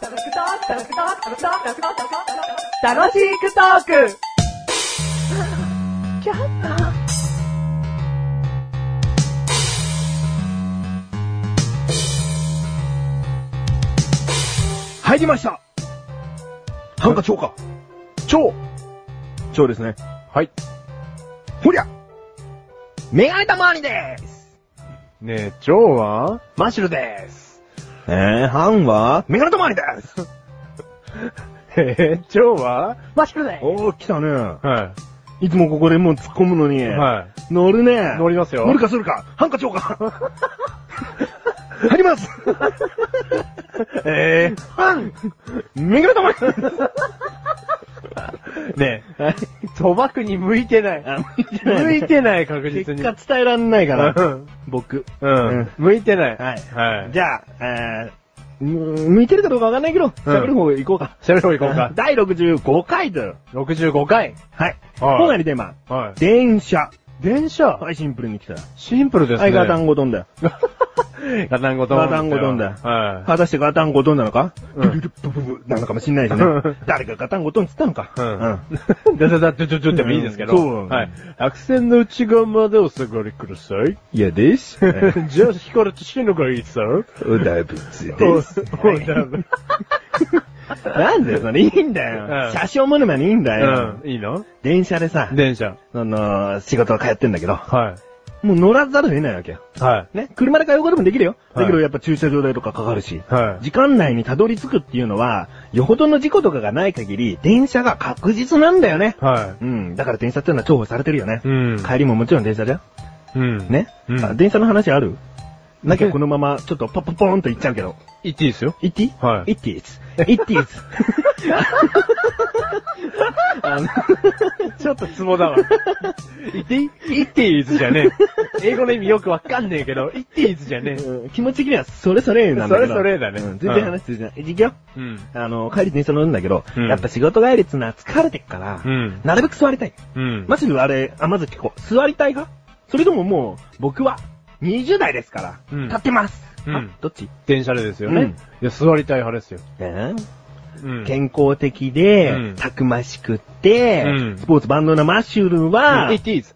楽しくトーク入りました。ハンカチョウか。蝶ですね。 はい。 ほりゃメガネたまわりでーす。 ねえ、蝶はマシュルです。 ハンはメガネたまわりでーす。 蝶はマシュルです。 おー、来たね。 はいつもここでもう突っ込むのに。 はい。 乗るね。 乗りますよ。 乗るかするか。ハンカチョウか。入ります。ハンメガネたまわりねえ、賭博に向いてない。向いてない確実に。 結果伝えらんないから。僕。 向いてない。 はい。 はい。 じゃあ、向いてるかどうかわかんないけど、喋る方行こうか。 喋る方行こうか。 第65回だよ。 65回。 はい。今回のテーマ。 はい。 電車。 電車。 はい、シンプルに来た。 シンプルですね。 はい、ガタンゴトンだよ。 ガタンゴトン。 ガタンゴトンだよ。 はい。 果たしてガタンゴトンなのかブルルブブブなのかもしんないしね。誰がガタンゴトンっつったのか。 だってもいいですけど。 そう。 はい。白線の内側までお下がりください。 いやです。 じゃあ、引かれて死ぬがいいさ。 おだぶつです。 おだぶ。 なんでそれいいんだよ。車掌モノマネいいんだよ。 いいの？ 電車でさ、 電車。 仕事を通ってんだけど。 はい。 もう乗らざるを得ないわけよ。 はい。 ね。車で通うこともできるよ。だけどやっぱ駐車場代とかかかるし。 はい。 時間内にたどり着くっていうのは、よほどの事故とかがない限り、電車が確実なんだよね。 はい。 だから電車っていうのは重宝されてるよね。帰りももちろん電車だよ。ね。電車の話ある？なきゃこのままちょっとポーンと行っちゃうけど。 言っていいですよ。 言っていい？ はい。 言っていいです。言っていいです。 ちょっとツボだわ。言っていい？言っていいじゃねえ。英語の意味よくわかんねえけど、言っていいじゃねえ。 気持ち的にはそれなんだけど。 それだね。 全然話通じない。行くよ。帰り電車乗るんだけど、やっぱ仕事帰りっつうのは疲れてっから、なるべく座りたい。まずあれ、まず聞こう。座りたいか？それとももう、僕は20代ですから、立ってます。どっち？ 電車でですよね。いや、座りたい派ですよ。 健康的で、たくましくって、スポーツ万能なマッシュルは、 言っていいです。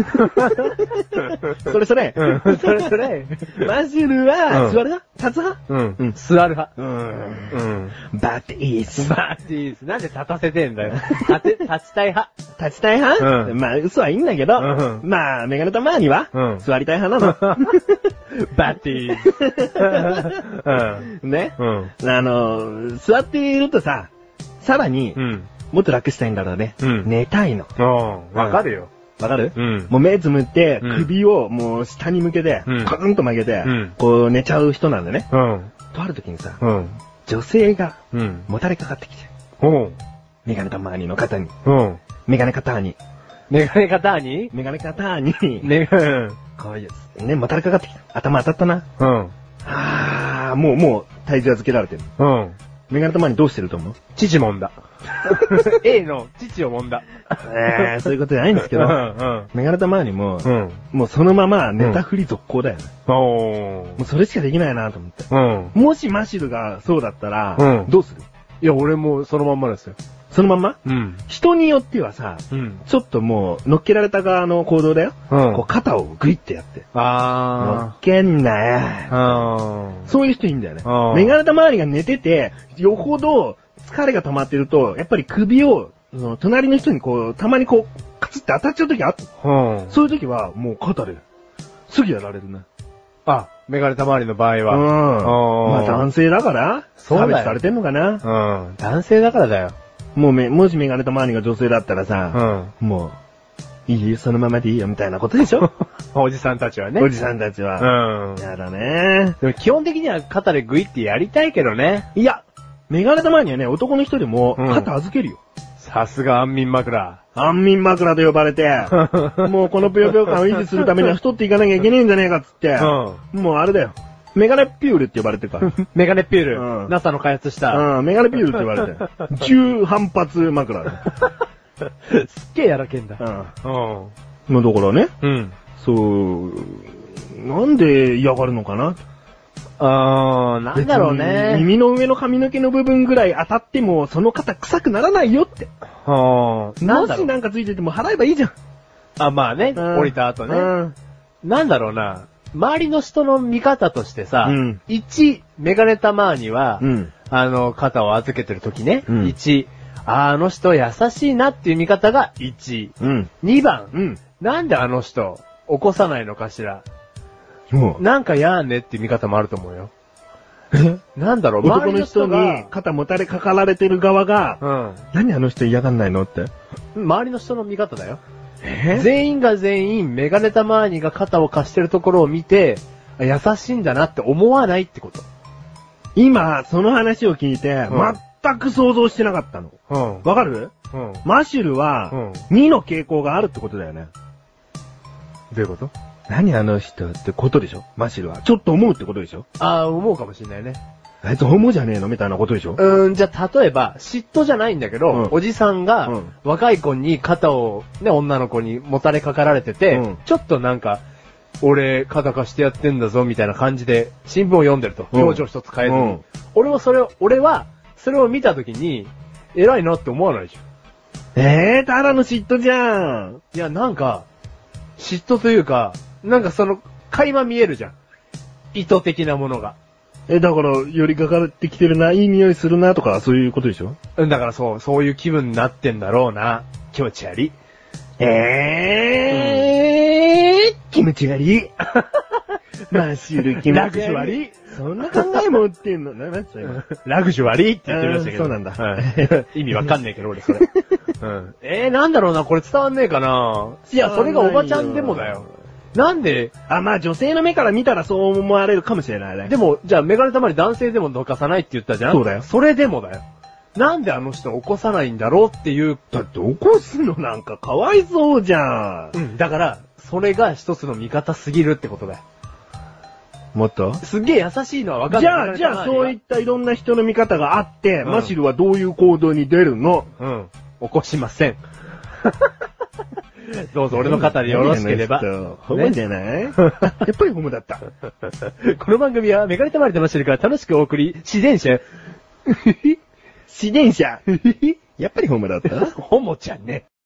それ。 それ。 マッシュルは、座る派？立つ派？ 座る派。 バッティーズ。 バッティーズ。なんで立たせてんだよ。立ちたい派。 立ちたい派？まあ、嘘はいいんだけど、まあ、メガネたまーには、座りたい派なの。 バッティーズ。 ね。座っているとさ、さらに、もっと楽したいんだろうね。寝たいの。 わかるよ。 わかる？もう目つむって、首をもう下に向けて、カズンと曲げて、こう寝ちゃう人なんだね。とある時にさ、女性が、もたれかかってきて、メガネたまーにの肩に、メガネカターに、こういう、ね、もたれかかってきた。頭当たったな。もう、体重預けられてる。メガネたまーにどうしてると思う？ 父もんだ。A の父をもんだ。 そういうことじゃないんですけど、メガネたまーにも、もうそのまま寝たふり続行だよね。もうそれしかできないなと思って。もしマシルがそうだったら、どうする？ いや、俺もそのまんまですよ。 そのまんま？人によってはさ、ちょっともう、乗っけられた側の行動だよ。こう肩をグイってやって。乗っけんなよ。そういう人いいんだよね。メガネたまわりが寝てて、よほど疲れが溜まってると、やっぱり首を、隣の人にこう、たまにこう、カツって当たっちゃう時あった。そういう時は、もう肩で、すぐやられるね。 メガネたまわりの場合は。 まあ男性だから差別されてんのかな。 男性だからだよ。 もしメガネたまわりが女性だったらさ、もう、いいよ、そのままでいいよ、みたいなことでしょ？ おじさんたちはね。 おじさんたちは。やだね。 でも基本的には肩でグイってやりたいけどね。 いや、メガネたまわりにはね、男の人でも肩預けるよ。 さすが安眠枕。 安眠枕と呼ばれて、もうこのぷよぷよ感を維持するためには太っていかなきゃいけねえんじゃねえかっつって、もうあれだよ。メガネピュールって呼ばれてるから。 メガネピュール。NASA の開発した。 メガネピュールって呼ばれてる。重反発枕だ。 すっげえやらけんだ。 だからね。そう、なんで嫌がるのかな？ なんだろうね。 耳の上の髪の毛の部分ぐらい当たっても、その肩臭くならないよって。もしなんかついてても払えばいいじゃん。 まあね、降りた後ね。なんだろうな。周りの人の見方としてさ、1、メガネたまーには、肩を預けてる時ね、1、あの人優しいなっていう見方が1。2番、なんであの人、起こさないのかしら。なんかやーねっていう見方もあると思うよ。なんだろう、 男の人に肩もたれかかられてる側が、何あの人嫌がんないのって。 周りの人の見方だよ。全員が全員、メガネたまーにが肩を貸してるところを見て、優しいんだなって思わないってこと。 今、その話を聞いて、全く想像してなかったの。わかる？マシュルは、2の傾向があるってことだよね。 どういうこと？ 何あの人ってことでしょ？マシュルは。ちょっと思うってことでしょ？ 思うかもしれないね。 あいつホモじゃねえのみたいなことでしょ？ じゃあ例えば、嫉妬じゃないんだけど、おじさんが、若い子に肩を、ね、女の子にもたれかかられてて、ちょっとなんか、俺、肩貸してやってんだぞ、みたいな感じで、新聞を読んでると。表情一つ変えずに。俺はそれを見たときに、偉いなって思わないでしょ。 ただの嫉妬じゃん。 いや、なんか、嫉妬というか、なんか垣間見えるじゃん。意図的なものが。 だから、寄りかかってきてるな、いい匂いするな、とか、そういうことでしょ？ だからそういう気分になってんだろうな。気持ち悪い。 気持ち悪い。マシュル気持ち悪い。 ラグジュアリー。 そんな考え持ってんの？なんつった今。 ラグジュアリーって言ってましたけど。 そうなんだ。 意味わかんねえけど、俺それ。なんだろうな、これ伝わんねえかな。いや、それがおばちゃんでもだよ。なんでまあ女性の目から見たらそう思われるかもしれないね。 でも、じゃあメガネたまに男性でもどかさないって言ったじゃん？ そうだよ。 それでもだよ。なんであの人起こさないんだろうっていう。 だって起こすのなんかかわいそうじゃん。だから、それが一つの見方すぎるってことだよ。 もっとすげえ優しいのはわかんない。 じゃあそういったいろんな人の見方があって、マシルはどういう行動に出るの？ 起こしません。どうぞ俺の肩でよろしければ。 ホモじゃない？やっぱりホモだった。 この番組はメガネたまりとマシルから楽しくお送り、自転車。 自転車。やっぱりホモだった？ ホモちゃんね。